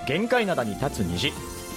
限界灘に立つ虹。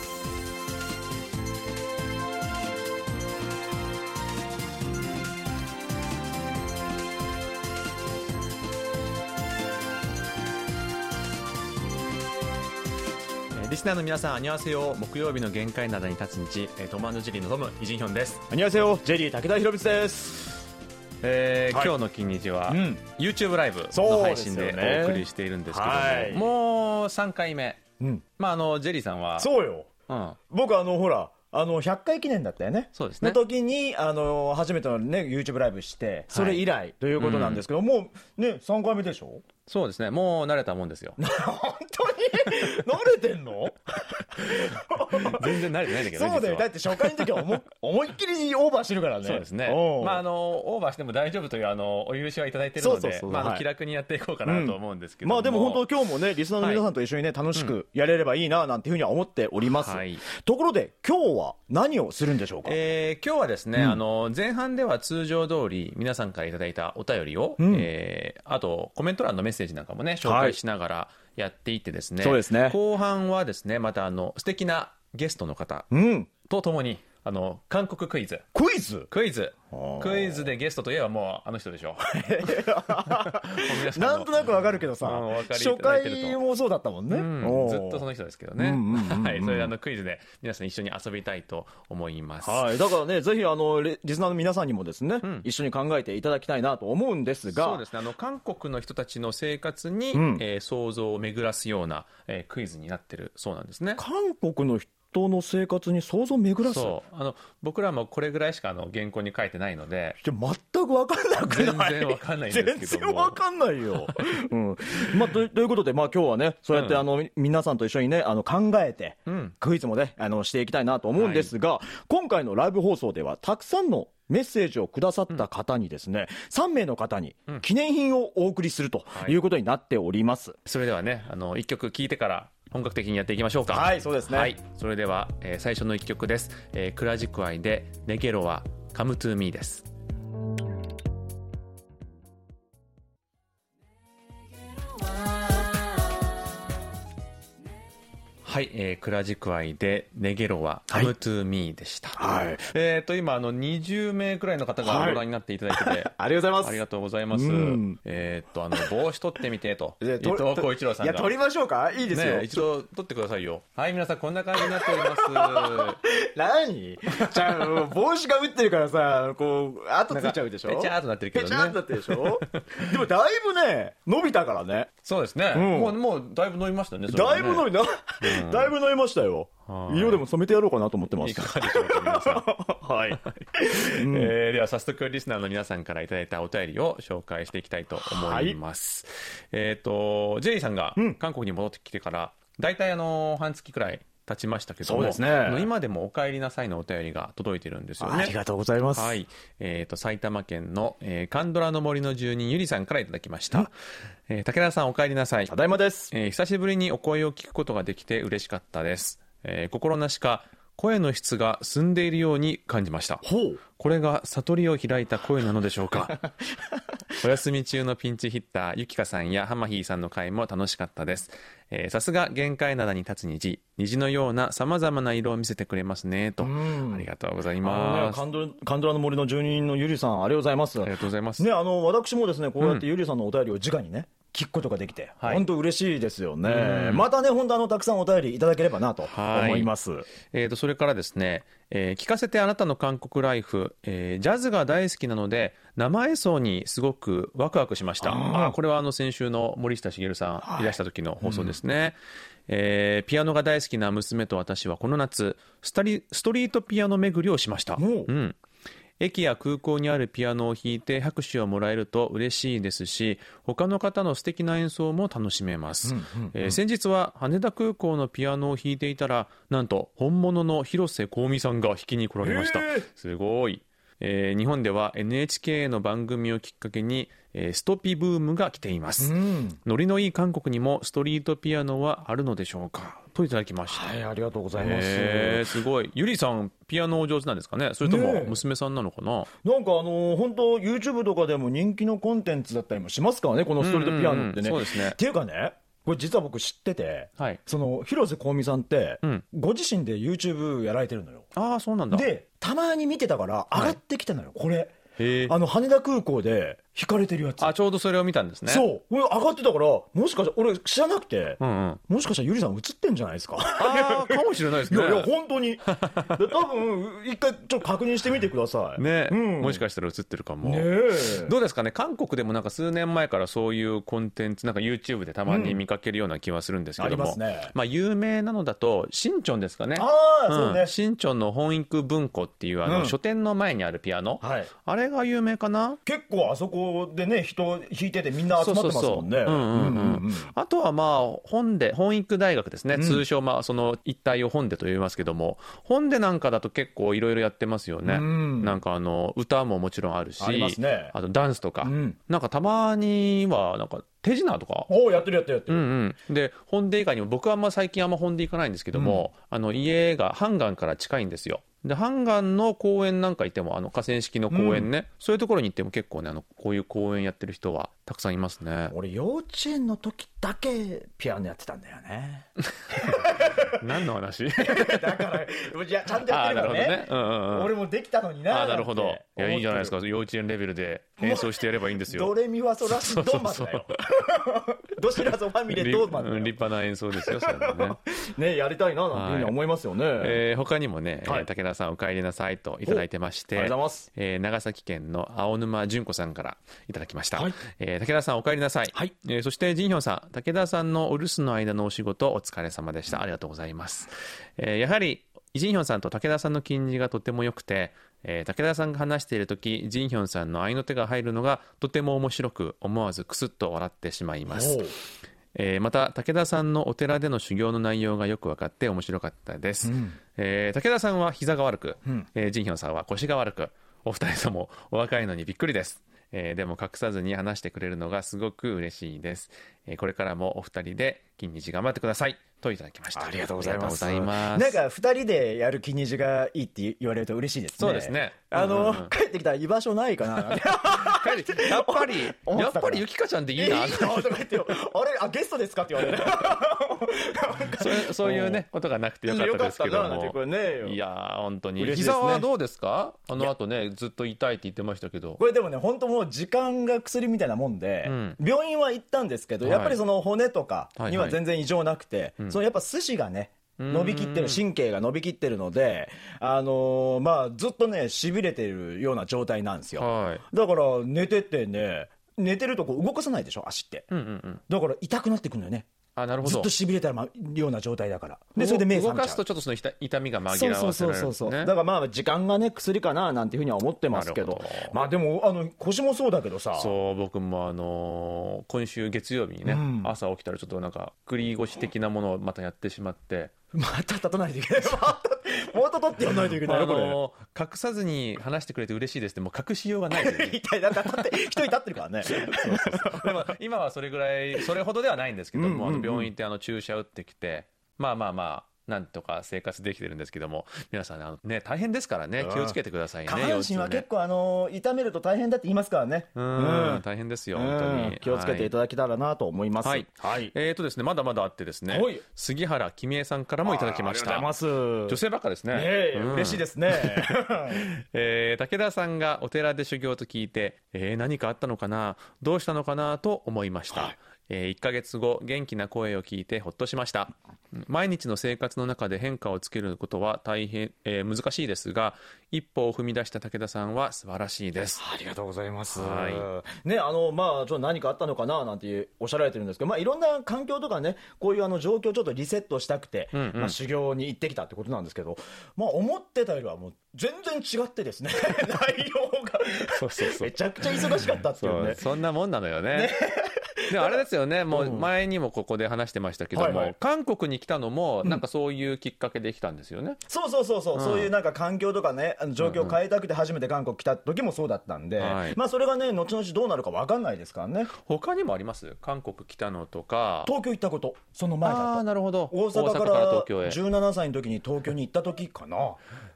リスナーの皆さん、안녕하세요。木曜日の限界灘に立つ日、トム&ジェリーのトム、イジンヒョンです。 안녕하세요。ジェリー武田博光です。 今日の金日は、YouTube ライブの配信でお送りしているんですけども、もう3回目。ジェリーさんは。 そうよ。僕ほら、100回記念だったよね。 そうですね。 の時に、初めてのね、YouTube ライブして、それ以来ということなんですけど、もうね、3回目でしょ？ そうですね。もう慣れたもんですよ。 本当に慣れてんの？ 全然慣れてないんだけどね。 そうだよ。だって初回の時は思いっきりオーバーしてるからね。 そうですね。オーバーしても大丈夫というお許しはいただいてるので、気楽にやっていこうかなと思うんですけども。 でも本当今日もね、リスナーの皆さんと一緒にね、楽しくやれればいいな、なんていうふうには思っております。ところで、今日は何をするんでしょうか？ 今日はですね、前半では通常通り皆さんからいただいたお便りを、あとコメント欄のメッセージなんかもね、紹介しながらやっていってですね、 そうですね。 後半はですね、また素敵なゲストの方とともに、韓国クイズ。クイズでゲストといえばもうあの人でしょ。 なんとなくわかるけどさ、初回もそうだったもんね。 ずっとその人ですけどね。はい、それでクイズで皆さん一緒に遊びたいと思います。 はい、だからね、ぜひリスナーの皆さんにもですね、一緒に考えていただきたいなと思うんですが、 そうですね。韓国の人たちの生活に想像を巡らすようなクイズになってるそうなんですね。 韓国の人の生活に想像を巡らす。 そう僕らもこれぐらいしか原稿に書いてないので、 全く分かんなくない？ 全然分かんないんですけども。 全然分かんないよ。ということで、今日はね、そうやって皆さんと一緒にね、考えて、クイズもね、していきたいなと思うんですが、今回のライブ放送ではたくさんのメッセージをくださった方にですね、3名の方に記念品をお送りするということになっております。 それではね、1曲聴いてから本格的にやっていきましょうか。 はい、そうですね。 はい、それでは、最初の1曲です。クラジクアイでネゲロは Come to Me です。はい、クラジクアイでネゲロは Come to Me でした。 はい。 今20名くらいの方がご覧になっていただいてて、 ありがとうございます。 ありがとうございます。帽子取ってみてと、伊藤浩一郎さんが。 いや、取りましょうか？いいですよ。 ね、一度取ってくださいよ。はい、皆さんこんな感じになっております。 何？じゃあ、帽子が打ってるからさ、こう、跡ついちゃうでしょ？ ペチャーっとなってるけどね。 ペチャーっとなってるでしょ？でもだいぶね、伸びたからね。 そうですね。もうだいぶ伸びましたね。 だいぶ伸びた。だいぶ伸びましたよ。色でも染めてやろうかなと思ってます。 いかがでしょうか、皆さん。 はい。 では早速リスナーの皆さんからいただいたお便りを紹介していきたいと思います。ジェリーさんが韓国に戻ってきてから大体半月くらい経ちましたけども、 そうですね、 今でもお帰りなさいのお便りが届いてるんですよね。 ありがとうございます。 はい。埼玉県の、カンドラの森の住人ゆりさんからいただきました。武田さんお帰りなさい。 ただいまです。 久しぶりにお声を聞くことができて嬉しかったです。心なしか声の質が澄んでいるように感じました。これが悟りを開いた声なのでしょうか。お休み中のピンチヒッターゆきかさんやハマヒーさんの回も楽しかったです。さすが限界灘に立つ虹のようなさまざまな色を見せてくれますねと。ありがとうございます。 カンドラの森の住人のゆりさん、ありがとうございます。 ありがとうございます。 ね、私もですね、こうやってゆりさんのお便りを直にね、聞くことができて、本当嬉しいですよね。またね、本当たくさんお便りいただければなと思います。 それからですね、聞かせてあなたの韓国ライフ、ジャズが大好きなので生演奏にすごくワクワクしました。これは先週の森下茂さんいらした時の放送ですね。ピアノが大好きな娘と私はこの夏ストリートピアノ巡りをしました。駅や空港にあるピアノを弾いて拍手をもらえると嬉しいですし、他の方の素敵な演奏も楽しめます。先日は羽田空港のピアノを弾いていたら、なんと本物の広瀬香美さんが弾きに来られました。すごい。日本では NHK の番組をきっかけに、ストピブームが来ています。ノリのいい韓国にもストリートピアノはあるのでしょうか、といただきました。 はい、ありがとうございます。 すごい。ゆりさんピアノお上手なんですかね、それとも娘さんなのかな。 なんか本当 YouTube とかでも人気のコンテンツだったりもしますからね、このストリートピアノってね。 そうですね。 っていうかね、 これ実は僕知ってて、 はい、 その広瀬香美さんって、 うん、 ご自身で YouTube やられてるのよ。 ああ、そうなんだ。 でたまに見てたから上がってきたのよ、これ。 へ羽田空港で引かれてるやつ。 あ、ちょうどそれを見たんですね。 そう、俺上がってたから、もしかしたら俺知らなくて、 うんうん、 もしかしたらゆりさん映ってんじゃないですか。 ああ、かもしれないですね。 いや本当に多分一回ちょっと確認してみてくださいね、 うん、 もしかしたら映ってるかも、 ね、 どうですかね。韓国でもなんか数年前からそういうコンテンツなんか YouTube でたまに見かけるような気はするんですけども、 ありますね。 まあ、有名なのだとシンチョンですかね。 そうね、 シンチョンの本育文庫っていう書店の前にあるピアノ、はい、あれが有名かな。 結構あそこでね人弾いててみんな集まってますもんね。 あとはまあ本育大学ですね、通称まあその一帯を本でと言いますけども、本でなんかだと結構いろいろやってますよね。なんか歌ももちろんあるし、 ありますね。 あとダンスとか、なんかたまにはなんか手品とかやってる、 で本で以外にも僕は最近あんま本で行かないんですけども、家がハンガンから近いんですよ。でハンガンの公園なんかいても河川敷の公園ね、そういうところに行っても結構ねこういう公園やってる人はたくさんいますね。 俺幼稚園の時だけピアノやってたんだよね。 何の話だからいやちゃんとやってるからね。俺もできたのにな。 なるほど。いやいいじゃないですか。幼稚園レベルで演奏してやればいいんですよ。 ドレミファソラシドマだよ。ドシラソファミレドーマだよ。 立派な演奏ですよそれね。 ね、やりたいななんていうふうに思いますよね。 他にもね、武田さんお帰りなさいといただいてまして、 ありがとうございます。 長崎県の青沼純子さんからいただきました。武田さんお帰りなさい。そしてジンヒョンさん、武田さんのお留守の間のお仕事お疲れ様でした。ありがとうございます。やはりイ・ジンヒョンさんと武田さんの金字がとても良くて、武田さんが話している時ジンヒョンさんの合いの手が入るのがとても面白く、思わずクスッと笑ってしまいます。また武田さんのお寺での修行の内容がよく分かって面白かったです。武田さんは膝が悪く、ジンヒョンさんは腰が悪く、お二人ともお若いのにびっくりです。でも隠さずに話してくれるのがすごく嬉しいです。これからもお二人で金日頑張ってくださいといただきました。 ありがとうございます。 なんか 2人でやる金日がいいって言われると嬉しいですね。 そうですね。 帰ってきたら居場所ないかなやっぱりゆきかちゃんでいいなとか言ってあれゲストですかって言われるそういうねことがなくてよかったですけども、いや本当に膝はどうですか。後ねずっと痛いって言ってましたけど、 これでもね本当もう時間が薬みたいなもんで、病院は行ったんですけど、やっぱりその骨とかには全然異常なくて、そのやっぱ筋がね伸びきってる、神経が伸びきってるので、ずっとねしびれてるような状態なんですよ。だから寝ててね、寝てるとこ動かさないでしょ足って、だから痛くなってくるのよね。 なるほど。 ずっとしびれたような状態だから。でそれで目覚めちゃう。 動かすとちょっとその痛みが紛らわせられるんですね。 だから時間がね薬かななんていうふうには思ってますけど、でも腰もそうだけどさ。そう、僕も今週月曜日にね、朝起きたらちょっとなんか栗腰的なものをまたやってしまって、また立たないといけないもっと取ってやらないといけないこれ。隠さずに話してくれて嬉しいですって、もう隠しようがない一体だって一人立ってるからね。でも今はそれぐらいそれほどではないんですけども、病院って注射打ってきてなんとか生活できてるんですけども、皆さんね大変ですからね、気をつけてくださいね。下半身は結構痛めると大変だって言いますからね。大変ですよ本当に。気をつけていただけたらなと思います。ですね、まだまだあってですね、杉原君江さんからもいただきました。女性ばっかですね。嬉しいですね。武田さんがお寺で修行と聞いて、何かあったのかな、どうしたのかなと思いました。1ヶ月後元気な声を聞いてほっとしました。毎日の生活の中で変化をつけることは大変、難しいですが、一歩を踏み出した武田さんは素晴らしいです。ありがとうございます。ね、ちょっと何かあったのかななんておっしゃられてるんですけど、いろんな環境とかね、こういう状況をちょっとリセットしたくて、修行に行ってきたってことなんですけど、思ってたよりはもう全然違ってですね内容がめちゃくちゃ忙しかったっていうね。そんなもんなのよね。であれですよね、もう前にもここで話してましたけども、韓国に来たのもなんかそういうきっかけで来たんですよね。そういうなんか環境とかね、状況を変えたくて初めて韓国来た時もそうだったんで、それがね後々どうなるか分かんないですからね。他にもあります？韓国来たのとか。東京行ったこと、その前だと。なるほど。大阪から17歳の時に東京に行った時かな。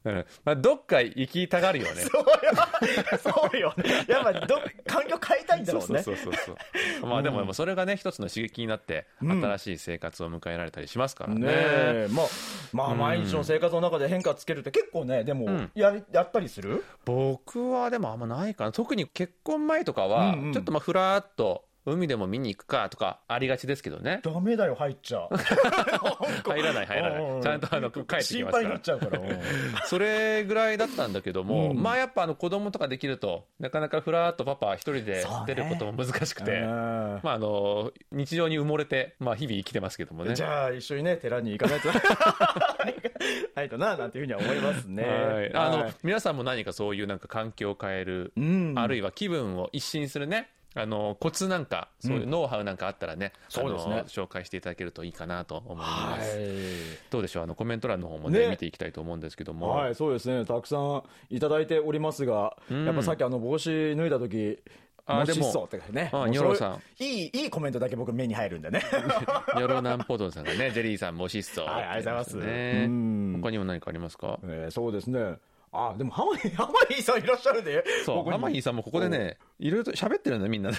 まあ、どっか行きたがるよね。 そうよね。やっぱ環境変えたいんだろうね。 そうまあでもそれがね一つの刺激になって新しい生活を迎えられたりしますからね。 ねえ、まあ毎日の生活の中で変化つけるって結構ね、でもやったりする？ 僕はでもあんまないかな。特に結婚前とかはちょっとまあふらっと海でも見に行くかとかありがちですけどね。 ダメだよ、入っちゃう。 入らないちゃんと帰ってきます心から配になっちゃうから。 それぐらいだったんだけども、まあやっぱ子供とかできるとなかなかふらっとパパ一人で出ることも難しくて、まあ日常に埋もれて、まあ日々生きてますけどもね。 じゃあ一緒にね寺に行かないとないとななんていうふうには思いますね。 皆さんも何かそういうなんか環境を変える、あるいは気分を一新するね、コツなんかそういうノウハウなんかあったらね、紹介していただけるといいかなと思います。どうでしょう、コメント欄の方もね見ていきたいと思うんですけども。 はい、そうですね、たくさんいただいておりますが、やっぱさっき帽子脱いだ時もしそうってね、 ニョロさんいいコメントだけ僕目に入るんでね。 ニョロナンポドンさんがね、ジェリーさんもしそう、 はい、ありがとうございます。 他にも何かありますか？ そうですね、でもハマヒーさんいらっしゃるで。 そう、ハマヒーさんもここでねいろいろと喋ってるんだみんなで。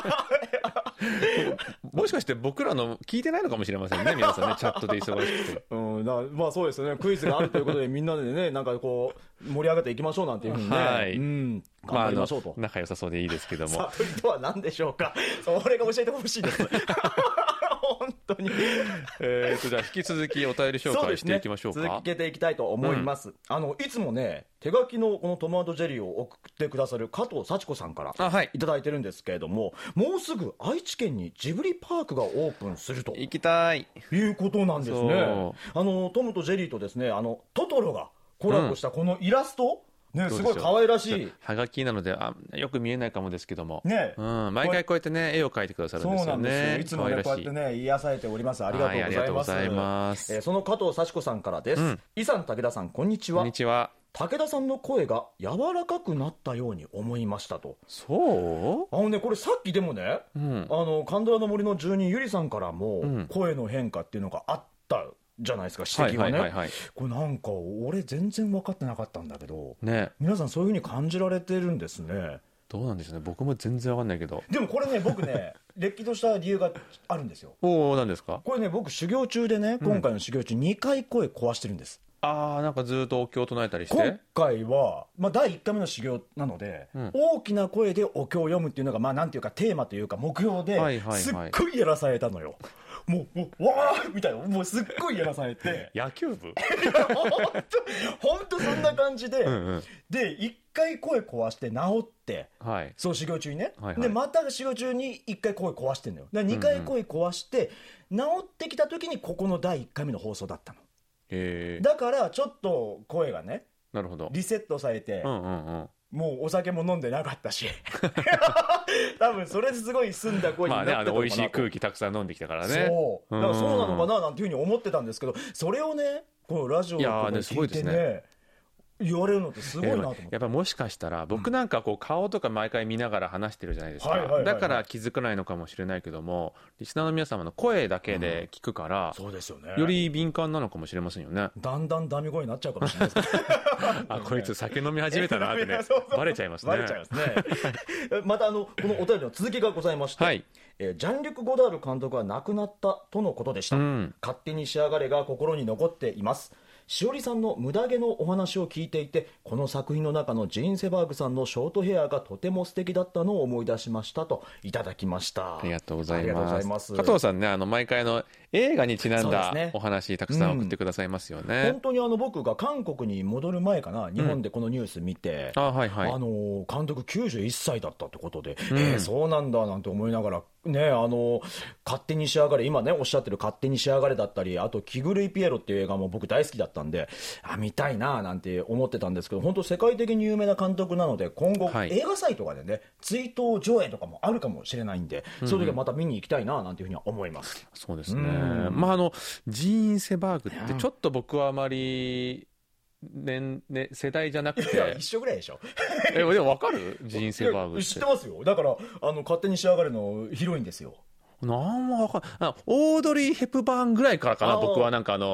もしかして僕らの聞いてないのかもしれませんね、皆さんね、チャットで忙しくて。 まあそうですね、クイズがあるということでみんなでねなんかこう盛り上げていきましょうなんていうふうにね、はい、頑張りましょうと。 仲良さそうでいいですけども。 悟りとは何でしょうか。それが教えてほしいです。本当に。 じゃあ引き続きお便り紹介していきましょうか。 続けていきたいと思います。いつもね手書きのこのトマトジェリーを送ってくださる加藤幸子さんからいただいてるんですけれども、もうすぐ愛知県にジブリパークがオープンすると行きたいいうことなんですね。トムとジェリーとですねトトロがコラボしたこのイラスト、ね、すごい可愛らしい。 はがきなのでよく見えないかもですけども、ね、毎回こうやってね絵を描いてくださるんですよね。 そうなんですよ。いつもねこうやってね癒されております。ありがとうございます。その加藤幸子さんからです。イさん武田さんこんにちは。 こんにちは。 武田さんの声が柔らかくなったように思いましたと。 そう？ これさっきでもね、カンドラの森の住人ゆりさんからも声の変化っていうのがあったじゃないですか、指摘がね。これなんか俺全然分かってなかったんだけど、ね、皆さんそういうふうに感じられてるんですね。 どうなんですね、僕も全然分かんないけど。 でもこれね僕ねれっきとした理由があるんですよ。 何ですか？ これね僕修行中でね、今回の修行中2回声壊してるんです。 なんかずっとお経を唱えたりして。 今回は、第1回目の修行なので、大きな声でお経を読むっていうのがなんていうかテーマというか目標ですっごいやらされたのよ。もうわーみたいな、もうすっごいやらされて。 野球部本当そんな感じで、で1回声壊して治って、そう修行中にね、でまた修行中に1回声壊してんのよ。で2回声壊して治ってきた時にここの第1回目の放送だったの。だからちょっと声がね、 なるほど、 リセットされて、もうお酒も飲んでなかったし多分それですごい澄んだ声になってたのかなと。 美味しい空気たくさん飲んできたからね。 そうだからそうなのかななんていうふうに思ってたんですけど、それをねこのラジオで聞いてね言われるのってすごいなと思って。 やっぱもしかしたら僕なんか顔とか毎回見ながら話してるじゃないですか。だから気づかないのかもしれないけども、リスナーの皆様の声だけで聞くから、 そうですよね、 より敏感なのかもしれませんよね。 だんだんダミ声になっちゃうかもしれないですこいつ酒飲み始めたなってねバレちゃいますね。 またこのお便りの続きがございまして、ジャンリュク・ゴダール監督は亡くなったとのことでした。勝手に仕上がれが心に残っています。しおりさんの無駄毛のお話を聞いていて、この作品の中のジーン・セバーグさんのショートヘアがとても素敵だったのを思い出しましたといただきました。 ありがとうございます。加藤さんね、毎回映画にちなんだお話たくさん送ってくださいますよね。 本当に僕が韓国に戻る前かな、日本でこのニュース見て、監督91歳だったってことで、そうなんだなんて思いながらね、勝手に仕上がれ、今ねおっしゃってる勝手に仕上がれだったり、あと気狂いピエロっていう映画も僕大好きだったんで見たいななんて思ってたんですけど、本当世界的に有名な監督なので今後、映画祭とかでね追悼上映とかもあるかもしれないんで、その時はまた見に行きたいななんていうふうには思います。 そうですね。ジーン・セバーグってちょっと僕はあまり世代じゃなくて。 いや一緒ぐらいでしょでも分かる？ジーン・セバーグって知ってますよ。だから勝手に仕上がれのヒロインですよ。 なんも分かんない。オードリー・ヘプバーンぐらいからかな。僕はなんかちょ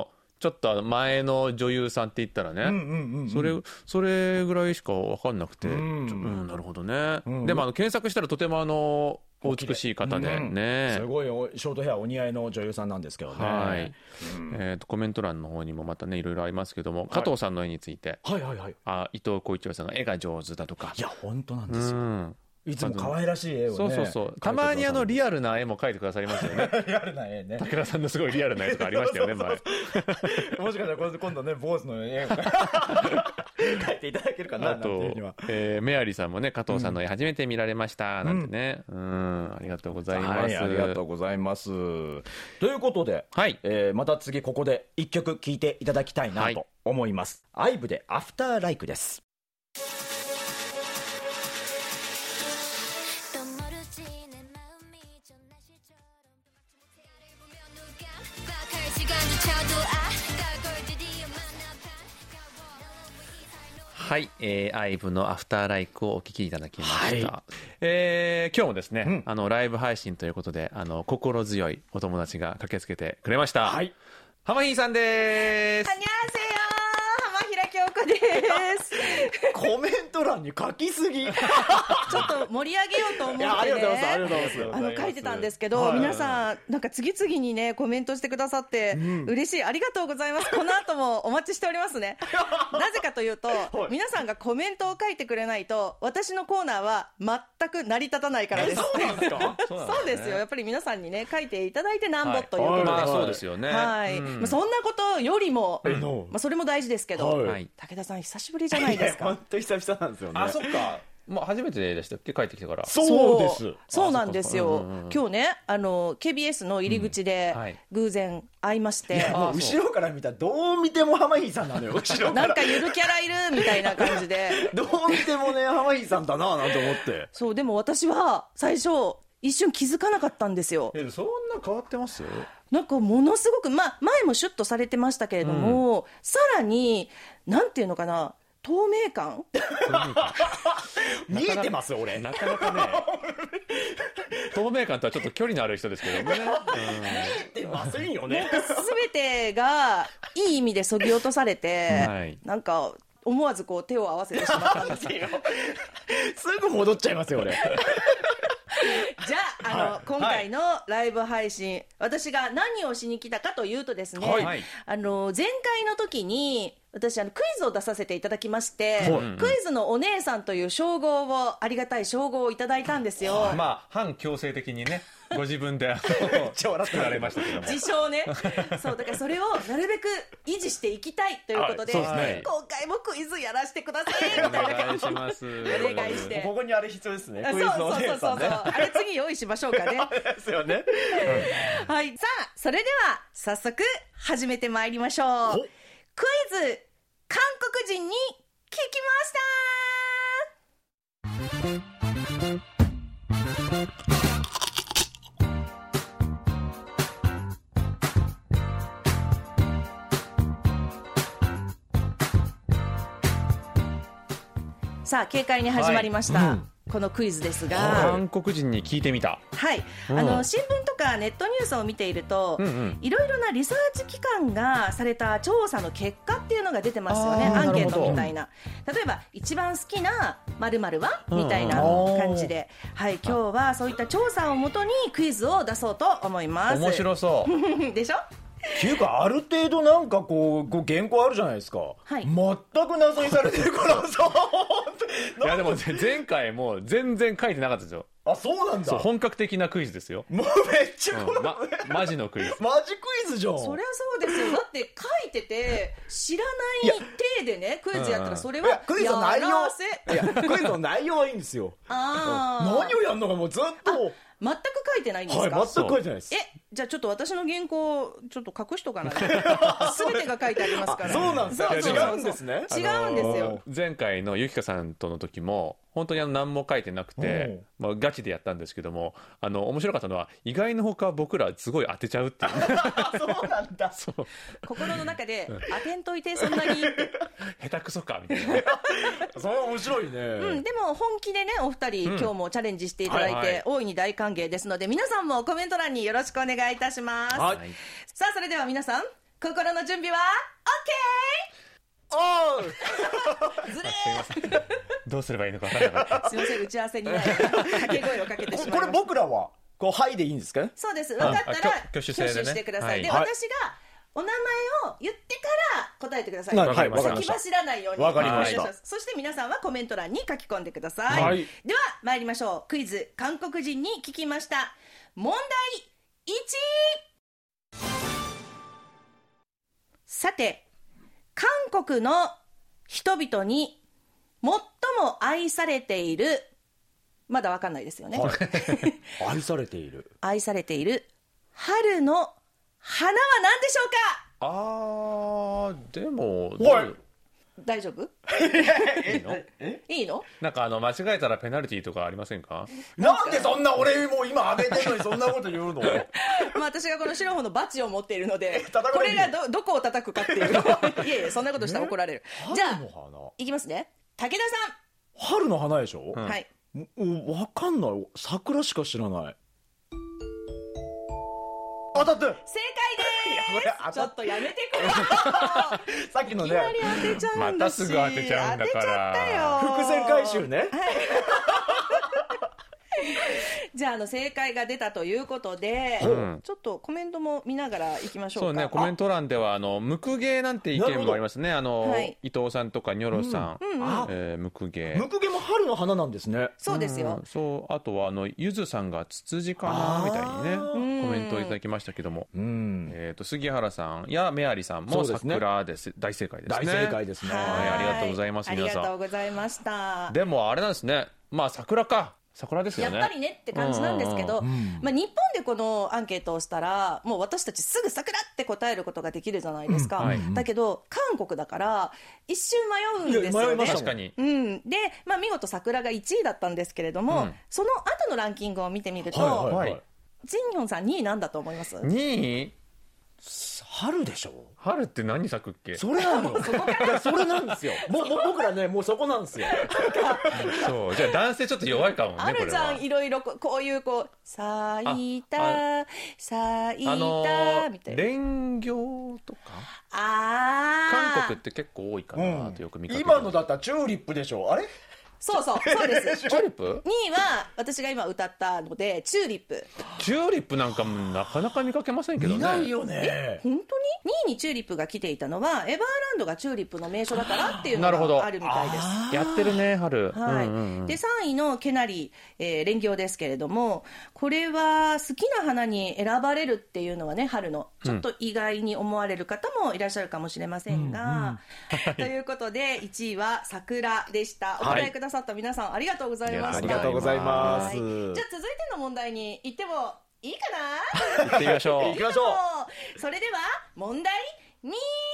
ちょっと前の女優さんって言ったらね、それぐらいしか分かんなくて、なるほどね。でも検索したらとてもお美しい方でね、 すごいショートヘアお似合いの女優さんなんですけどね。はい。 コメント欄の方にもまたねいろいろありますけども、加藤さんの絵について、伊藤浩一郎さんが絵が上手だとか。 いや本当なんですよ。いつも可愛らしい絵をね。 そうたまにリアルな絵も描いてくださりますよね。 リアルな絵ね。 武田さんのすごいリアルな絵とかありましたよね、前。 もしかしたら今度ね坊主の絵を描いていただけるかな。 あとメアリーさんもね、加藤さんの絵初めて見られましたなんてね、ありがとうございます。 ありがとうございます。ということで、また次ここで一曲聴いていただきたいなと思います。IVEでアフターライクです。 はい、IVEのアフターライクをお聞きいただきました。今日もですね、ライブ配信ということで、心強いお友達が駆けつけてくれました。浜ひさんです。 こんにちは。浜平京子です。 コメント欄に書きすぎ。 ちょっと盛り上げようと思ってね。 ありがとうございます。 書いてたんですけど、皆さんなんか次々にねコメントしてくださって嬉しい、ありがとうございます。この後もお待ちしておりますね。なぜかというと、皆さんがコメントを書いてくれないと私のコーナーは全く成り立たないからです。 そうなんですか？ そうですよ。やっぱり皆さんにね書いていただいてなんぼということで、 まあそうですよね。 はい。そんなことよりも、それも大事ですけど、武田さん久しぶりじゃないですか。 本当久々なんですよね。 あ、そっか。もう初めてでしたっけ、帰ってきてから。 そうです。 そうなんですよ。今日ね、KBS の入り口で偶然会いまして、 後ろから見たらどう見ても浜井さんなのよ。後ろからなんかゆるキャラいるみたいな感じで、 どう見てもね浜井さんだななんて思って。 そう、でも私は最初一瞬気づかなかったんですよ。 そんな変わってますよ。 なんかものすごく、前もシュッとされてましたけれども、さらになんていうのかな、透明感見えてます俺。 なかなかね透明感とはちょっと距離のある人ですけどね。見えてませんよね。 全てがいい意味でそぎ落とされて、なんか思わずこう手を合わせてしまったんですよ。 すぐ戻っちゃいますよ俺。 じゃあ、今回のライブ配信、私が何をしに来たかというとですね、前回の時に私クイズを出させていただきまして、クイズのお姉さんという称号を、ありがたい称号をいただいたんですよ。 反強制的にねご自分で作られましたけども、 自称ね。そうだからそれをなるべく維持していきたいということで、今回もクイズやらせてくださいみたいな感じでお願いして、 ここにあれ必要ですね。クイズのお姉さんね。 あれ次用意しましょうかね。 ですよね。 はい、さあそれでは早速始めてまいりましょう。クイズ韓国人に聞きました。さあ軽快に始まりました、このクイズですが、 韓国人に聞いてみた。 はい、新聞とかネットニュースを見ていると、いろいろなリサーチ機関がされた調査の結果っていうのが出てますよね。アンケートみたいな。例えば一番好きな〇〇はみたいな感じで、はい、今日はそういった調査をもとにクイズを出そうと思います。 面白そうでしょ。 っていうかある程度なんかこう原稿あるじゃないですか、全く謎にされてるからさ。 いやでも前回も全然書いてなかったですよ。 あ、そうなんだ。 そう、本格的なクイズですよ。 もうめっちゃマジのクイズ。 マジクイズじゃん。 そりゃそうですよ。だって書いてて知らない体でねクイズやったら、それはクイズの内容、クイズの内容はいいんですよ。何をやるのかもうずっと全く書いてないんですか？ はい、全く書いてないです。 じゃあちょっと私の原稿ちょっと隠しとかないと。全てが書いてありますから。 そうなんですよ。違うんですね。 違うんですよ。 前回のゆきかさんとの時も本当に何も書いてなくて、ガチでやったんですけども、面白かったのは意外のほか僕らすごい当てちゃうっていう。 そうなんだ。 心の中で当てんといてそんなに下手くそかみたいな。 それは面白いね。 でも本気でねお二人、今日もチャレンジしていただいて、大いに大歓迎ですので、皆さんもコメント欄によろしくお願いいたします。さあそれでは皆さん心の準備はおー OK ずれーどうすればいいのか分からなかった。 すいません、打ち合わせにない掛け声をかけてしまいました。 これ僕らはこうはいでいいんですかね。 そうです。分かったら挙手制でね、 挙手してください。で、 はい私がお名前を言ってから答えてください。 はい、わかりました。 先走らないように。 わかりました。 そして皆さんはコメント欄に書き込んでください。 はい、 では参りましょう。クイズ韓国人に聞きました。問題1。さて、韓国の人々に最も愛されている、まだわかんないですよね。 はい、愛されている。 愛されている春の花は何でしょうか。でも大丈夫？いいの？ なんか間違えたらペナルティーとかありませんか？ なんでそんな俺もう今上げてるのにそんなこと言うの？ まあ私がこの白穂のバチを持っているので、これがどこを叩くかっていう。いえいえ、そんなことしたら怒られる。じゃあいきますね。武田さん。 春の花でしょ？ はい。 わかんない。桜しか知らない。当たって。正解です。ちょっとやめてくれ。 さっきのね。 いきなり当てちゃうんだし。 またすぐ当てちゃうんだから。 当てちゃったよ。 伏線回収ね。 じゃあ正解が出たということで、ちょっとコメントも見ながらいきましょうか。 そうね、コメント欄ではムクゲーなんて意見もありますね。伊藤さんとかニョロさん、ムクゲー。 ムクゲーも春の花なんですね。 そうですよ。 そう、あとはゆずさんがツツジかなみたいにねコメントをいただきましたけども、杉原さんやメアリさんも桜です。大正解ですね。 大正解ですね。 ありがとうございます。皆さん。 ありがとうございました。 でもあれなんですね。まあ桜か。桜ですよね。 やっぱりねって感じなんですけど、まあ、日本でこのアンケートをしたらもう私たちすぐ桜って答えることができるじゃないですか、だけど韓国だから一瞬迷うんですよね。 確かに、 で、まあ、見事桜が1位だったんですけれども、その後のランキングを見てみると、ジンヨンさん2位なんだと思います？ 2 位春でしょ。 春って何咲くっけ？ それなの。それなんですよ。僕らね、もうそこなんですよ。 そう、じゃあ男性ちょっと弱いかもね。 あるじゃん、いろいろこういう咲いたみたいな。 蓮業とか。韓国って結構多いかなとよく見かける。 今のだったらチューリップでしょ。あれ？ そうです。 チューリップ 2位は私が今歌ったのでチューリップ。 チューリップなんかもなかなか見かけませんけどね。 見ないよね。 本当に2位にチューリップが来ていたのはエバーランドがチューリップの名所だからっていうのがあるみたいです。 やってるね、春。 で3位のケナリ蓮業ですけれども、これは好きな花に選ばれるっていうのはね、春のちょっと意外に思われる方もいらっしゃるかもしれませんが、ということで1位は桜でした。お答えくださった皆さんありがとうございました。 ありがとうございます。じゃあ続いての問題に行ってもいいかな？ 行ってみましょう。 行きましょう。それでは問題2。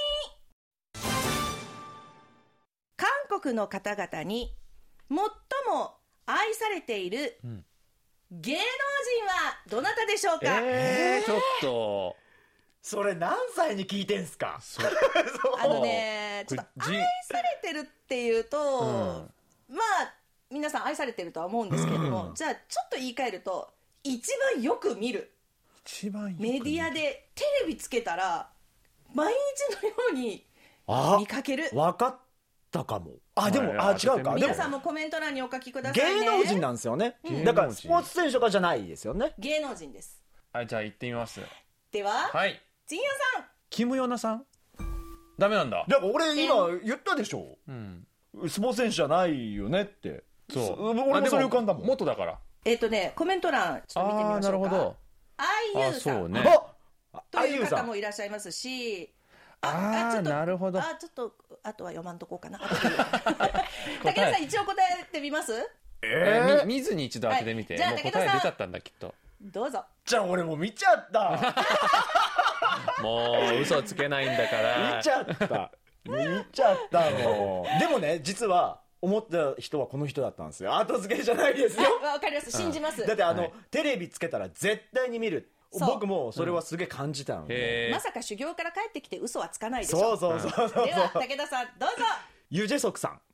韓国の方々に最も愛されている芸能人はどなたでしょうか？ ちょっとそれ何歳に聞いてんすか？ ちょっと愛されてるっていうと、まあ皆さん愛されてるとは思うんですけれども、じゃあちょっと言い換えると一番よく見る、メディアでテレビつけたら毎日のように見かける。 分かったかも。でも違うか。 皆さんもコメント欄にお書きくださいね。 芸能人なんですよね。だからスポーツ選手とかじゃないですよね。 芸能人です。 じゃあ行ってみます。 ではジンヨンさん。 キムヨナさん。ダメなんだ。 だから俺今言ったでしょ。スポーツ選手じゃないよねって。俺もそれ浮かんだもん。 元だから。 コメント欄ちょっと見てみましょうか。 なるほど。 IU さんという方もいらっしゃいますし、 なるほど。 ちょっとあとは読まんとこうかな。武田さん一応答えてみます？ 見ずに一度当ててみて。もう答え出ちゃったんだきっと。 どうぞ。 じゃあ俺も見ちゃった。 もう嘘つけないんだから。 見ちゃったもう。でもね、実は思った人はこの人だったんですよ。後付けじゃないですよ。 わかります。信じます。 だってテレビつけたら絶対に見る。僕もそれはすげえ感じたので。 まさか修行から帰ってきて嘘はつかないでしょ。 そう。 では武田さんどうぞ。 ユジェソクさん。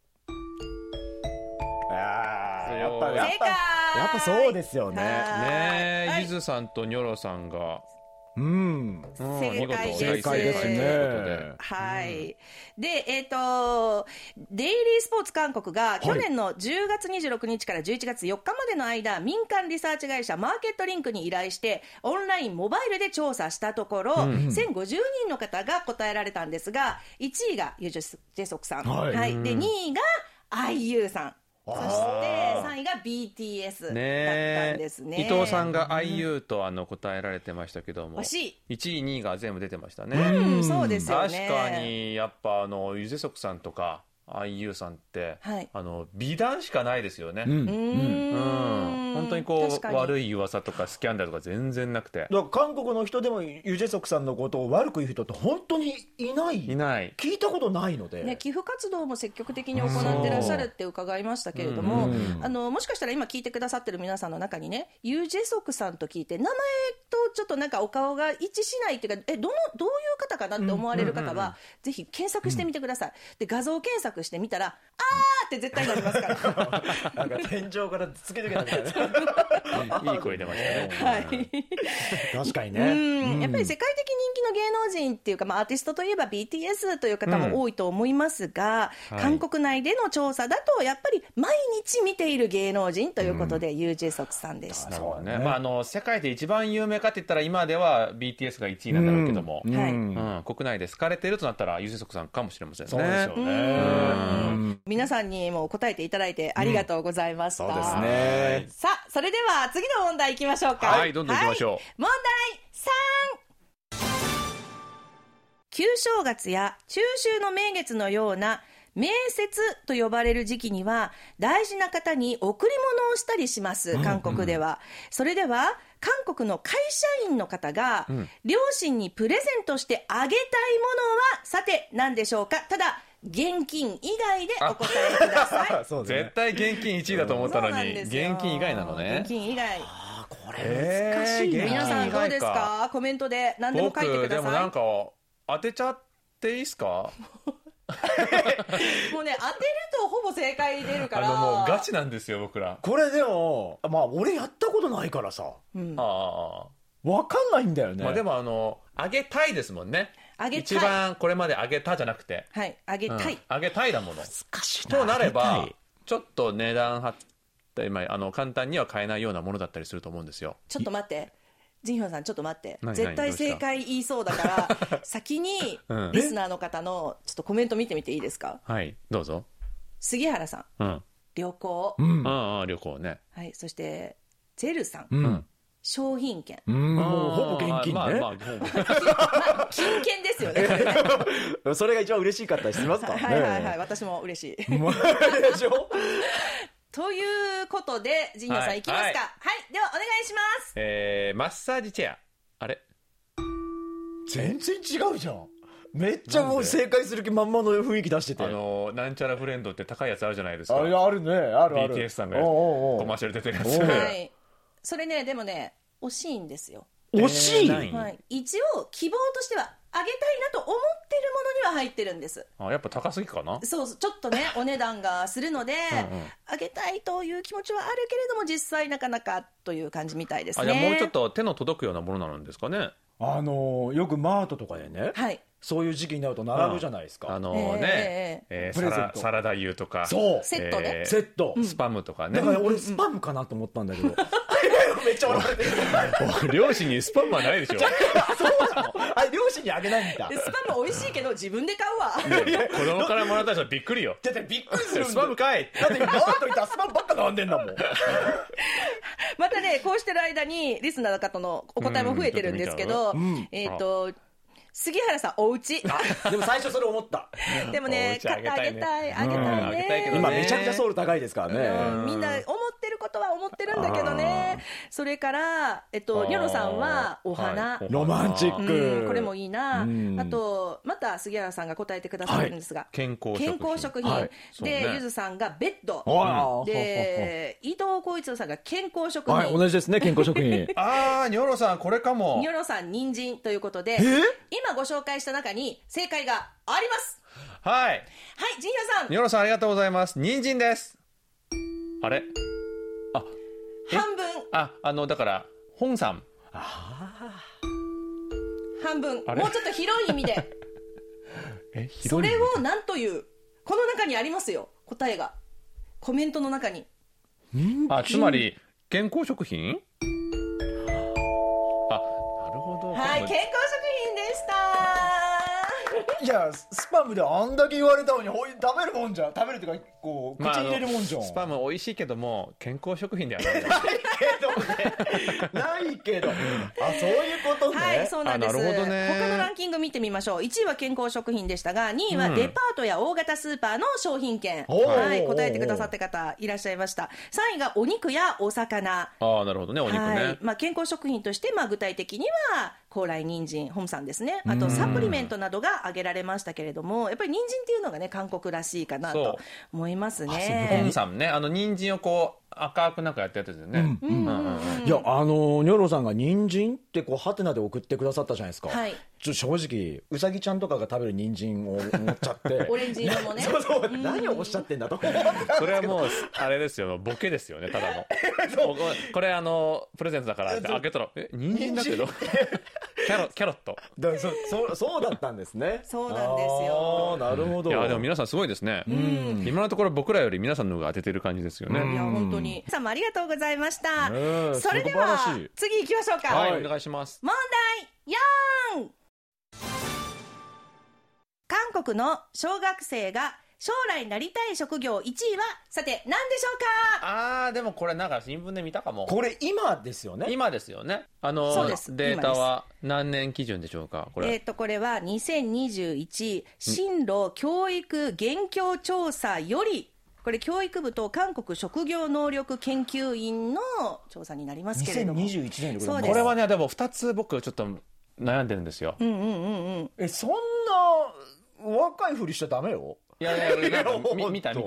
やっぱそうですよね。 ゆずさんとニョロさんが正解です。 正解ですね。 はい。で、デイリースポーツ韓国が去年の10月26日から11月4日までの間、民間リサーチ会社マーケットリンクに依頼してオンラインモバイルで調査したところ、1050人の方が答えられたんですが、1位がユジェソクさん、はい、で2位が IU さん、そして3位が BTS だったんですね。 伊藤さんが IU と答えられてましたけども、 惜しい。 1位2位が全部出てましたね。 そうですよね。 確かにやっぱユジェソクさんとか IU さんって、はい、美談しかないですよね。本当に悪い噂とかスキャンダルとか全然なくて、 だから韓国の人でもユジェソクさんのことを悪く言う人って本当にいない、聞いたことないので、 寄付活動も積極的に行ってらっしゃるって伺いましたけれども、もしかしたら今聞いてくださってる皆さんの中にね、ユジェソクさんと聞いて名前とちょっとなんかお顔が一致しないっていうか、どういう方かなって思われる方は、ぜひ検索してみてください。で、画像検索してみたら、あーって絶対なりますからなんか天井からつけてきたみたいないい声出ましたね。 はい、 確かにね。 やっぱり世界的人気の芸能人っていうか、アーティストといえば BTS という方も多いと思いますが、韓国内での調査だとやっぱり毎日見ている芸能人ということで、ユージェソクさんでした。 そうね。世界で一番有名かって言ったら今では BTS が1位なんだろうけども、国内で好かれているとなったらユージェソクさんかもしれませんね。 そうですよね。 皆さんにも答えていただいてありがとうございました。 そうですね。 さあ、それでは次の問題いきましょうか。 はい、どんどんいきましょう。 問題3。旧正月や中秋の名月のような名節と呼ばれる時期には大事な方に贈り物をしたりします、韓国では。それでは韓国の会社員の方が両親にプレゼントしてあげたいものはさて何でしょうか。ただ現金以外でお答えください。 そうですね、絶対現金1位だと思ったのに現金以外なのね。 現金以外。 これ難しいね。 皆さんどうですか。コメントで何でも書いてください。 僕でもなんか当てちゃっていいですか。もうね、当てるとほぼ正解出るからもうガチなんですよ僕ら。 これでも俺やったことないからさ、分かんないんだよね。 でもあげたいですもんね。一番これまであげたじゃなくて、 はい、あげたい、 あげたいだもの。 難しいな。 となればちょっと値段張って簡単には買えないようなものだったりすると思うんですよ。 ちょっと待って、ジンヒョンさんちょっと待って、絶対正解言いそうだから先にリスナーの方のちょっとコメント見てみていいですか。 はい、どうぞ。 杉原さん、旅行、 旅行ね。 はい、そしてジェルさん、商品券。 もうほぼ現金ね。 金券ですよね。 それが一番嬉しかったりしますか。 はいはいはい、私も嬉しい。でしょ。ということで、ジンヒョンさんいきますか。はい、ではお願いします。 マッサージチェア。あれ？ 全然違うじゃん。めっちゃもう正解する気まんまの雰囲気出してて、 なんちゃらフレンドって高いやつあるじゃないですか。 あるね、ある。 BTS さんがコマーシャル出てるやつ。 はい、それね、でもね、惜しいんですよ。 惜しい、 はい、一応希望としてはあげたいなと思ってるものには入ってるんです。 やっぱ高すぎかな。 そう、ちょっとねお値段がするのであげたいという気持ちはあるけれども、実際なかなかという感じみたいですね。 じゃあもうちょっと手の届くようなものなんですかね。 よくマートとかでね、 はい、 そういう時期になると並ぶじゃないですか。 サラダ油とか、 そうセットで、 セット、 スパムとかね。 だから俺スパムかなと思ったんだけどめっちゃ笑われてる。 両親にスパムはないでしょ。 そうなの。両親にあげないんだ。 スパム美味しいけど自分で買うわ。 子供からもらった人はびっくりよ。 だってびっくりする。 スパムかい。 だってマート行ったらスパムばっか並んでんだもん。 またね、こうしてる間にリスナーの方のお答えも増えてるんですけど、杉原さん、お家。 でも最初それ思った。 でもね、買ってあげたいね。 今めちゃくちゃソウル高いですからね。 みんな思ってることは思ってるんだけどね。それからニョロさんはお花、 ロマンチック、 これもいいな。あとまた杉原さんが答えてくださるんですが、 健康食品で、ゆずさんがベッドで、伊藤浩一郎さんが健康食品。 同じですね、健康食品。 ニョロさんこれかも。 ニョロさん人参ということで、今ご紹介した中に正解があります。 はいはい、ジンヒョンさん。 ニョロさんありがとうございます。人参です。あれ、 半分。 だから本さん。 半分、もうちょっと広い意味でそ広いれを何という、この中にありますよ、答えが、コメントの中に。 つまり健康食品。なるほど。 はい、健康食品でした。 いや、スパムであんだけ言われたのに食べるもんじゃん。食べるっていうかこう口に入れるもんじゃん。 スパム美味しいけども健康食品ではないないけどあ、そういうことね。 はい、そうなんです。 なるほどね。 他のランキング見てみましょう。1位は健康食品でしたが、2位はデパートや大型スーパーの商品券、はい、答えてくださった方いらっしゃいました。3位がお肉やお魚。 なるほどね、お肉ね。 はい、健康食品として、具体的には高麗人参、ホムさんですね。あとサプリメントなどが挙げられましたけれども、やっぱり人参っていうのがね、韓国らしいかなと思いますね。 ホムさんね、人参をこう赤くなんかやってやつですよね。 いや、ニョロさんが人参ってこうハテナで送ってくださったじゃないですか。 はい、 正直うさぎちゃんとかが食べる人参を思っちゃってオレンジ色のねそう、何をおっしゃってんだと思ってたんですけど、 それはもうあれですよ、ボケですよね、ただのこれプレゼントだからって開けたら人参だけどキャロットそうだったんですね。 そうなんですよ。 なるほど。 いやでも皆さんすごいですね。今のところ僕らより皆さんの方が当ててる感じですよね。 いや本当に皆さんもありがとうございました。それでは次行きましょうか。 はい、お願いします。 問題4。韓国の小学生が将来なりたい職業1位はさて何でしょうか。 でもこれなんか新聞で見たかも。 これ今ですよね。 今ですよね。 そうです。 データは何年基準でしょうか。これこれは2021進路教育現況調査より、これ教育部と韓国職業能力研究院の調査になりますけれども、 2021年でこれはね、でも2つ僕ちょっと悩んでるんですよ。 そんな若いふりしちゃダメよ。 いやなんか見たの、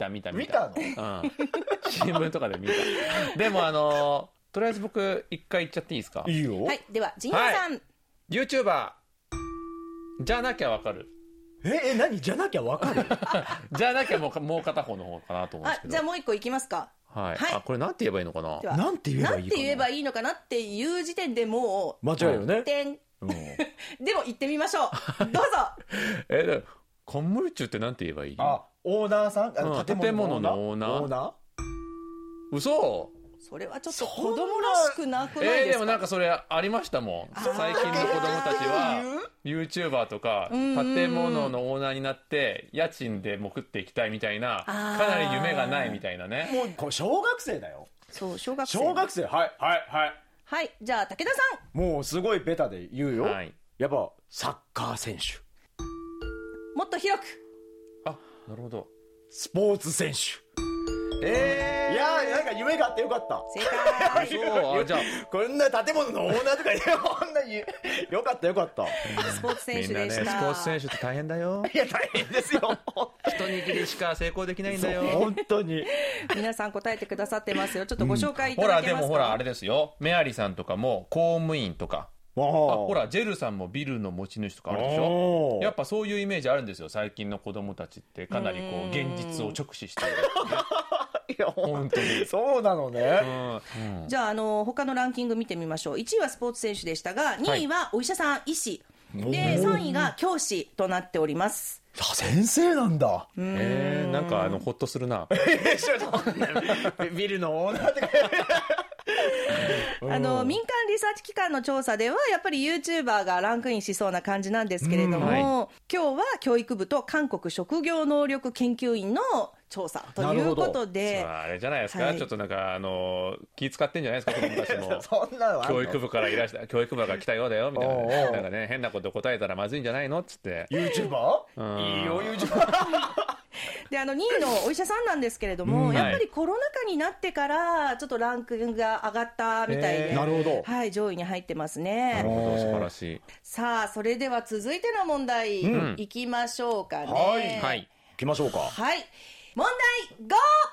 新聞とかで見た。でもとりあえず僕一回言っちゃっていいですか。 いいよ。 はい、では陣内さん、 YouTuber じゃなきゃわかる。 何じゃなきゃわかるじゃなきゃもう片方の方かなと思うんですけど。 じゃあもう一個いきますか。 はい、これなんて言えばいいのかな。 なんて言えばいいのかなっていう時点でもう間違いよね。 でも言ってみましょう。どうぞ。 コンムルチュってなんて言えばいい？ オーナーさん、 建物のオーナー。嘘。 それはちょっと子供らしくなくないですか。 でもなんかそれありましたもん。最近の子供たちは YouTuber とか建物のオーナーになって家賃で食っていきたいみたいな、かなり夢がないみたいなね。 もうこれ小学生だよ。 そう、小学生。はい、 じゃあ武田さん。もうすごいベタで言うよ。やっぱサッカー選手。 もっと広く。 なるほど。 スポーツ選手。いやなんか夢があってよかった。 正解。 そう、じゃあこんな建物のオーナーとかこんなによかった。 スポーツ選手でした。 みんなね、スポーツ選手って大変だよ。 いや大変ですよ。 一握りしか成功できないんだよ。 本当に。 皆さん答えてくださってますよ。ちょっとご紹介いただけますか。 ほらあれですよ。メアリさんとかも公務員とか。ほらジェルさんもビルの持ち主とかあるでしょ。やっぱそういうイメージあるんですよ。最近の子供たちってかなりこう現実を直視している。 いや本当にそうなのね。 じゃあ他のランキング見てみましょう。1位はスポーツ選手でしたが、2位はお医者さん、医師で、3位が教師となっております。 先生なんだ。 なんかホッとするな。 ビルのオーナーって民間リサーチ機関の調査ではやっぱり YouTuber がランクインしそうな感じなんですけれども、今日は教育部と韓国職業能力研究院の調査ということで、 あれじゃないですか、ちょっとなんか気使ってんじゃないですか、子供たちも。 そんなの教育部から教育部から来たようだよみたいな、なんかね、変なこと答えたらまずいんじゃないのっつって。 YouTuber？ いいよ YouTuber。 で2位のお医者さんなんですけれども、やっぱりコロナ禍になってからちょっとランクが上がったみたいで、 なるほど、 はい、上位に入ってますね。 なるほど、素晴らしい。 さあそれでは続いての問題、いきましょうかね。 はい、いきましょうか。 はい、問題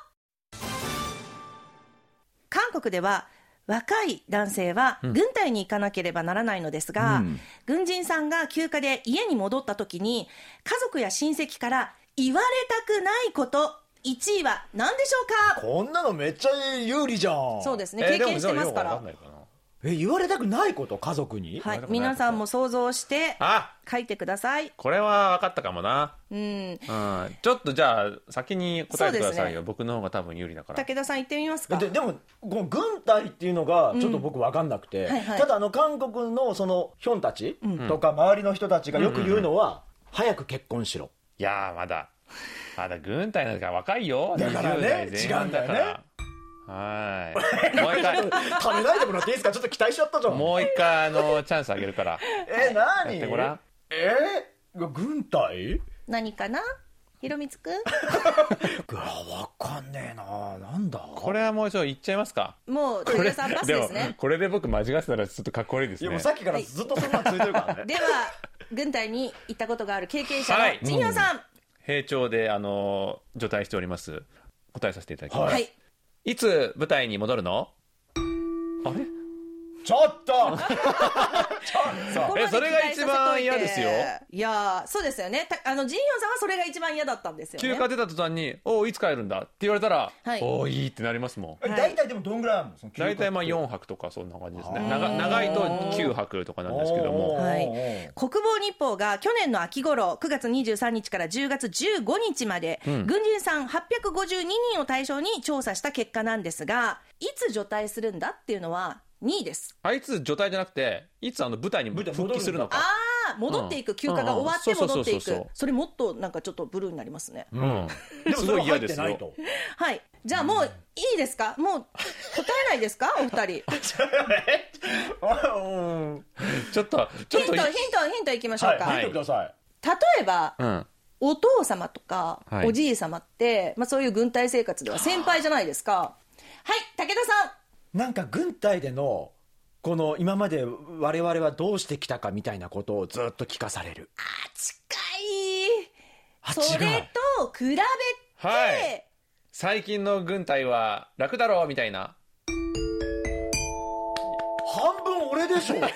5。 韓国では若い男性は軍隊に行かなければならないのですが、軍人さんが休暇で家に戻った時に家族や親戚から言われたくないこと1位は何でしょうか。 こんなのめっちゃ有利じゃん。 そうですね、経験してますから。 言われたくないこと、家族に。 はい、皆さんも想像して書いてください。 これは分かったかもな。ちょっとじゃあ先に答えてくださいよ。僕の方が多分有利だから。 武田さん言ってみますか。 でもこの軍隊っていうのがちょっと僕分かんなくて、ただ韓国のそのヒョンたちとか周りの人たちがよく言うのは、早く結婚しろ。 いやー、まだ軍隊なんか若いよ。 だからね、違うんだよね。 はい。もう一回食べないでもらっていいですか。ちょっと期待しちゃったじゃん。 もう一回チャンスあげるから。 何？ やってごらん。 軍隊？ 何かな？ひろみつくん？ わかんねえな。なんだ？ これはもう言っちゃいますか。 もう武田さんパスですね。 これで僕間違ってたらちょっとかっこ悪いですね。 いやもうさっきからずっとそんなついてるからね。 では軍隊に行ったことがある経験者のジンヨンさん。 兵長で除隊しております。答えさせていただきます。 はい。 いつ舞台に戻るの？あれ？ ちょっとそれが一番嫌ですよ。 いやそうですよね。ジンヨンさんはそれが一番嫌だったんですよね。 休暇出た途端に「おいつ帰るんだ」って言われたら「おいい」ってなりますもん。 大体でもどんぐらいあるの？ 大体4泊とかそんな感じですね。長いと9泊とかなんですけども、 国防日報が去年の秋頃9月23日から10月15日まで、軍人さん852人を対象に調査した結果なんですが、いつ除隊するんだっていうのは2位です。 いつ除隊じゃなくて、いつ舞台に復帰するのか。 戻っていく、休暇が終わって戻っていく。それもっとなんかちょっとブルーになりますね。 すごい嫌ですよ。 はい。じゃあもういいですか？もう答えないですか？お二人。 ちょっとヒントいきましょうか。 ヒントください。 例えば、お父様とかおじい様って、そういう軍隊生活では先輩じゃないですか。はい、武田さん。 なんか軍隊でのこの今まで我々はどうしてきたかみたいなことをずっと聞かされる。 近い。それと比べて、 最近の軍隊は楽だろうみたいな。 半分俺でしょ。 ジンヒ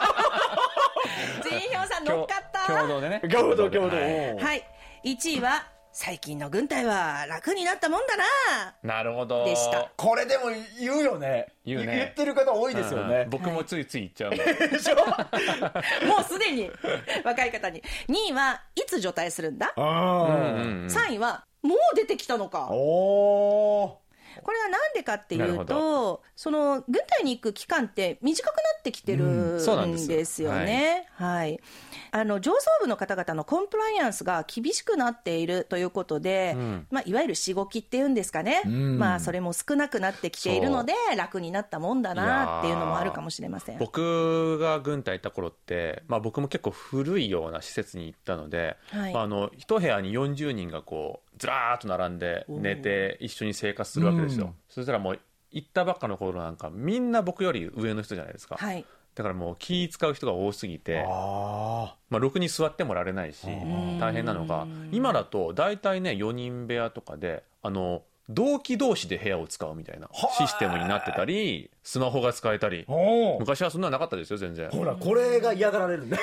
ョンさん乗っかった。 共同でね。 共同。 はい。1位は最近の軍隊は楽になったもんだな。 なるほど。 でした。 これでも言うよね。言ってる方多いですよね。 僕もついつい言っちゃう。 でしょ？ もうすでに若い方に。2位はいつ除隊するんだ。3位はもう出てきたのか。これはなんでかっていうと、その軍隊に行く期間って短くなってきてるんですよね。はい。上層部の方々のコンプライアンスが厳しくなっているということで、いわゆるしごきっていうんですかね。それも少なくなってきているので楽になったもんだなっていうのもあるかもしれません。 僕が軍隊行った頃って、僕も結構古いような施設に行ったので、一部屋に40人がこうずらーっと並んで寝て一緒に生活するわけですよ。そしたらもう行ったばっかの頃なんかみんな僕より上の人じゃないですか。だからもう気使う人が多すぎて、ろくに座ってもられないし大変なのが、今だと大体ね4人部屋とかで同期同士で部屋を使うみたいなシステムになってたり、スマホが使えたり。昔はそんなのなかったですよ全然。 ほらこれが嫌がられるね。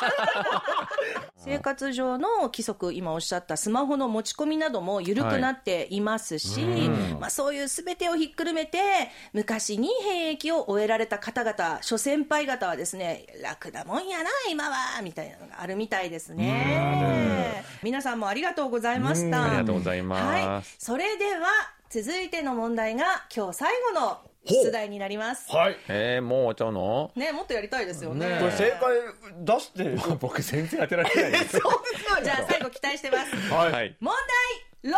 生活上の規則、今おっしゃったスマホの持ち込みなども緩くなっていますし、そういう全てをひっくるめて昔に兵役を終えられた方々、諸先輩方はですね、楽なもんやな今はみたいなのがあるみたいですね。皆さんもありがとうございました。 ありがとうございます。 それでは続いての問題が今日最後の出題になります。 もう終わっちゃうの？ ね、もっとやりたいですよね。 これ正解出して。 僕全然当てられないです。 じゃあ最後期待してます。問題6。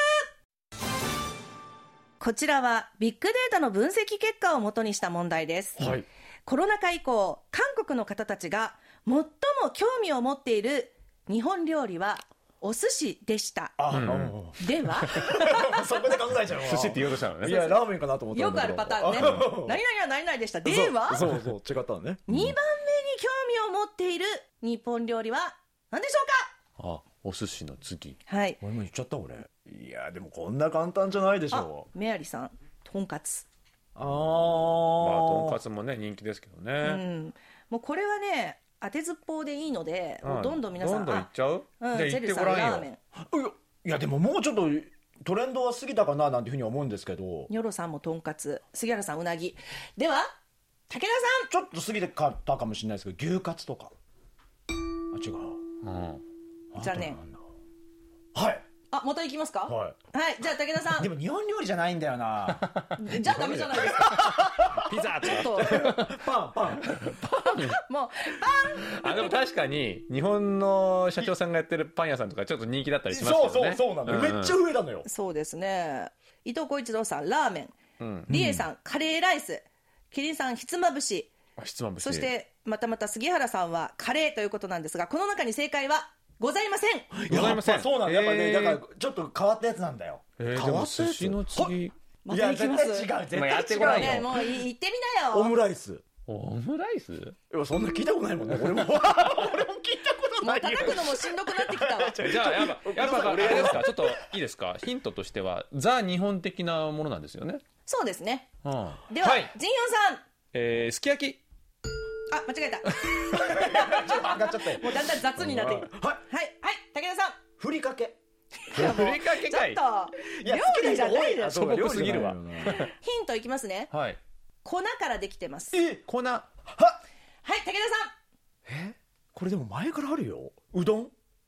こちらはビッグデータの分析結果をもとにした問題です。コロナ禍以降、韓国の方たちが最も興味を持っている日本料理はお寿司でした。ではそこで考えちゃうわ。 寿司って言おうとしたのね。 いやラーメンかなと思ったよくあるパターンね。何々は何々でした。ではそう違ったのね。 2番目に興味を持っている日本料理は何でしょうか。 お寿司の次。 俺も言っちゃった俺。いやでもこんな簡単じゃないでしょう。 メアリさん、とんかつ。 とんかつもね人気ですけどね。 もうこれはね当てずっぽうでいいので、どんどん皆さんどんどんいっちゃう？じゃあ言ってごらんよ。 いやでももうちょっとトレンドは過ぎたかななんていうふうに思うんですけど。 ニョロさんもとんかつ、杉原さんうなぎ。では武田さん。 ちょっと過ぎてかったかもしれないですけど、牛カツとか。あ、違う。 残念。 はい。 あ、また行きますか。 はい。 はい、じゃあ武田さん。 でも日本料理じゃないんだよな。 じゃあダメじゃないですか。 ピザちょっとパンもうパン。 でも確かに日本の社長さんがやってるパン屋さんとかちょっと人気だったりしますけどね。 そうなんだよ、めっちゃ増えたのよ。 そうですね。伊藤浩一郎さんラーメン、リエさんカレーライス、キリンさんひつまぶし、そしてまた杉原さんはカレーということなんですが、この中に正解はございません。 ございません。 そうなんだ。やっぱね、だからちょっと変わったやつなんだよ。 でも寿司の次。 また行きます。 絶対違うね。もう行ってみなよ。 オムライス。 オムライス？ いや、そんな聞いたことないもんね。俺も聞いたことないよ。 もう叩くのもしんどくなってきたわ。 じゃあやっぱあれですか。ちょっといいですか。ヒントとしてはザ日本的なものなんですよね。 そうですね。では、ジンヨンさん。 すき焼き。 あ、間違えた。 ちょっと上がっちゃったよ。 もうだんだん雑になっている。はい、武田さん。 ふりかけ。 ふりかけかい。 ちょっと料理じゃないです。 素朴すぎるわ。 ヒントいきますね。 はい。 粉からできてます。 粉。はい、武田さん。これでも前からあるよ。うどん。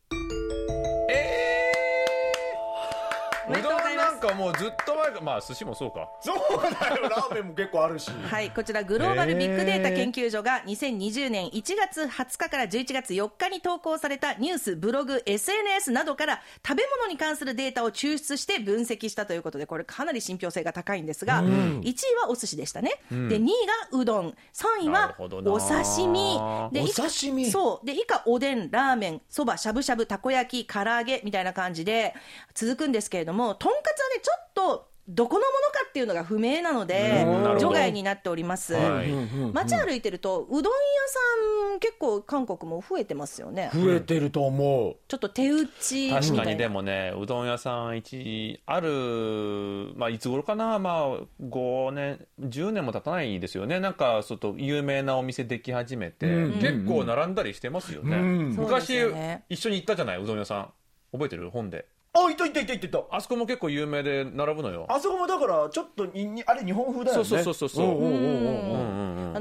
おめでとうございます。 なんかもうずっと前から、まあ寿司もそうか。 そうだよ、ラーメンも結構あるし。 はい、こちらグローバルビッグデータ研究所が2020年1月20日から11月4日に投稿されたニュース、ブログ、SNS などから食べ物に関するデータを抽出して分析したということで、これかなり信憑性が高いんですが、1位はお寿司でしたね。で、2位がうどん、3位はお刺身。で、 お刺身。 そう。で、以下おでん、ラーメン、そば、しゃぶしゃぶ、たこ焼き、唐揚げみたいな感じで続くんですけれども、とんかつはね、ちょっとどこのものかっていうのが不明なので除外になっております。街歩いてるとうどん屋さん結構韓国も増えてますよね。 増えてると思う。 ちょっと手打ちみたいな。 確かに。でもね、うどん屋さんある、まあいつ頃かな、まあ5年10年も経たないですよね。なんかちょっと有名なお店でき始めて、結構並んだりしてますよね。昔一緒に行ったじゃない、うどん屋さん覚えてる？本で。 あ、いた。 あそこも結構有名で並ぶのよ。 あそこもだからちょっとあれ日本風だよね。 そう。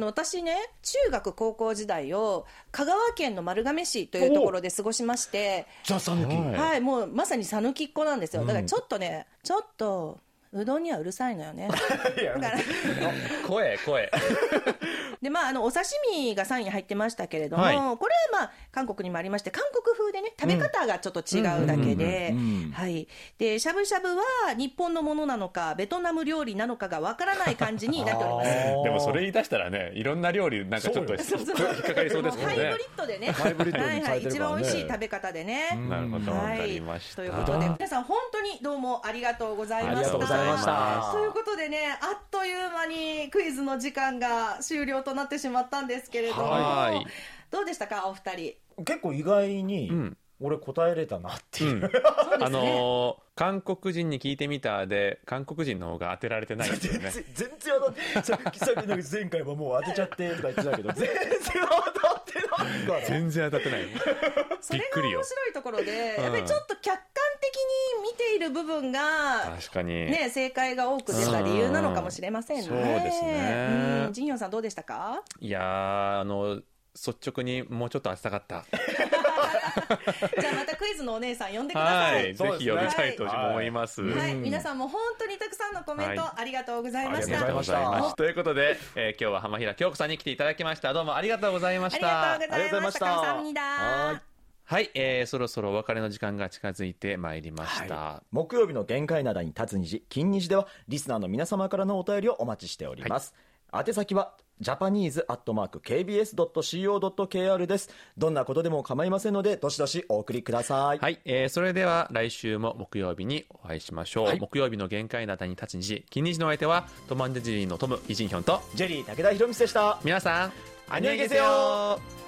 私ね、中学高校時代を香川県の丸亀市というところで過ごしまして、 ザ・さぬき。 はい、もうまさにさぬきっ子なんですよ。だからちょっとうどんにはうるさいのよね。だから声で、まあ、お刺身が3位に入ってましたけれども、これはまあ韓国にもありまして、韓国風でね、食べ方がちょっと違うだけで、はい。で、しゃぶしゃぶは日本のものなのかベトナム料理なのかがわからない感じになっております。 でもそれ言い出したらね、いろんな料理なんかちょっと引っかかりそうですもんね。 ハイブリッドでね、一番美味しい食べ方でね。 なるほど、わかりました。 ということで、皆さん本当にどうもありがとうございました。ということでね、あっという間にクイズの時間が終了となってしまったんですけれども、どうでしたかお二人。 結構意外に俺答えれたなっていう、 韓国人に聞いてみたで韓国人の方が当てられてないですよね。 全然当たってさっきの前回はもう当てちゃってとか言ってたけど全然当たってないから。 全然当たってない。 それが面白いところで、やっぱりちょっと客観的に見ている部分が確かにね、正解が多く出た理由なのかもしれませんね。 そうですね。 ジンヨンさんどうでしたか？ いや率直にもうちょっと当てたかった。 じゃあまたクイズのお姉さん呼んでください。 ぜひ呼びたいと思います。 皆さんも本当にたくさんのコメントありがとうございました。 ありがとうございました。ということで、今日は浜平京子さんに来ていただきました。どうもありがとうございました。 ありがとうございました。 はい、そろそろお別れの時間が近づいてまいりました。 木曜日の限界灘に立つ虹、金虹ではリスナーの皆様からのお便りをお待ちしております。宛先はjapanese@kbs.co.kr です。どんなことでも構いませんのでどしどしお送りください。 はい、それでは来週も木曜日にお会いしましょう。木曜日の限界灘に立つ虹、金虹の相手はトマンデジェリーのトムイジンヒョンとジェリー武田博光でした。 皆さん、안녕히 계세요。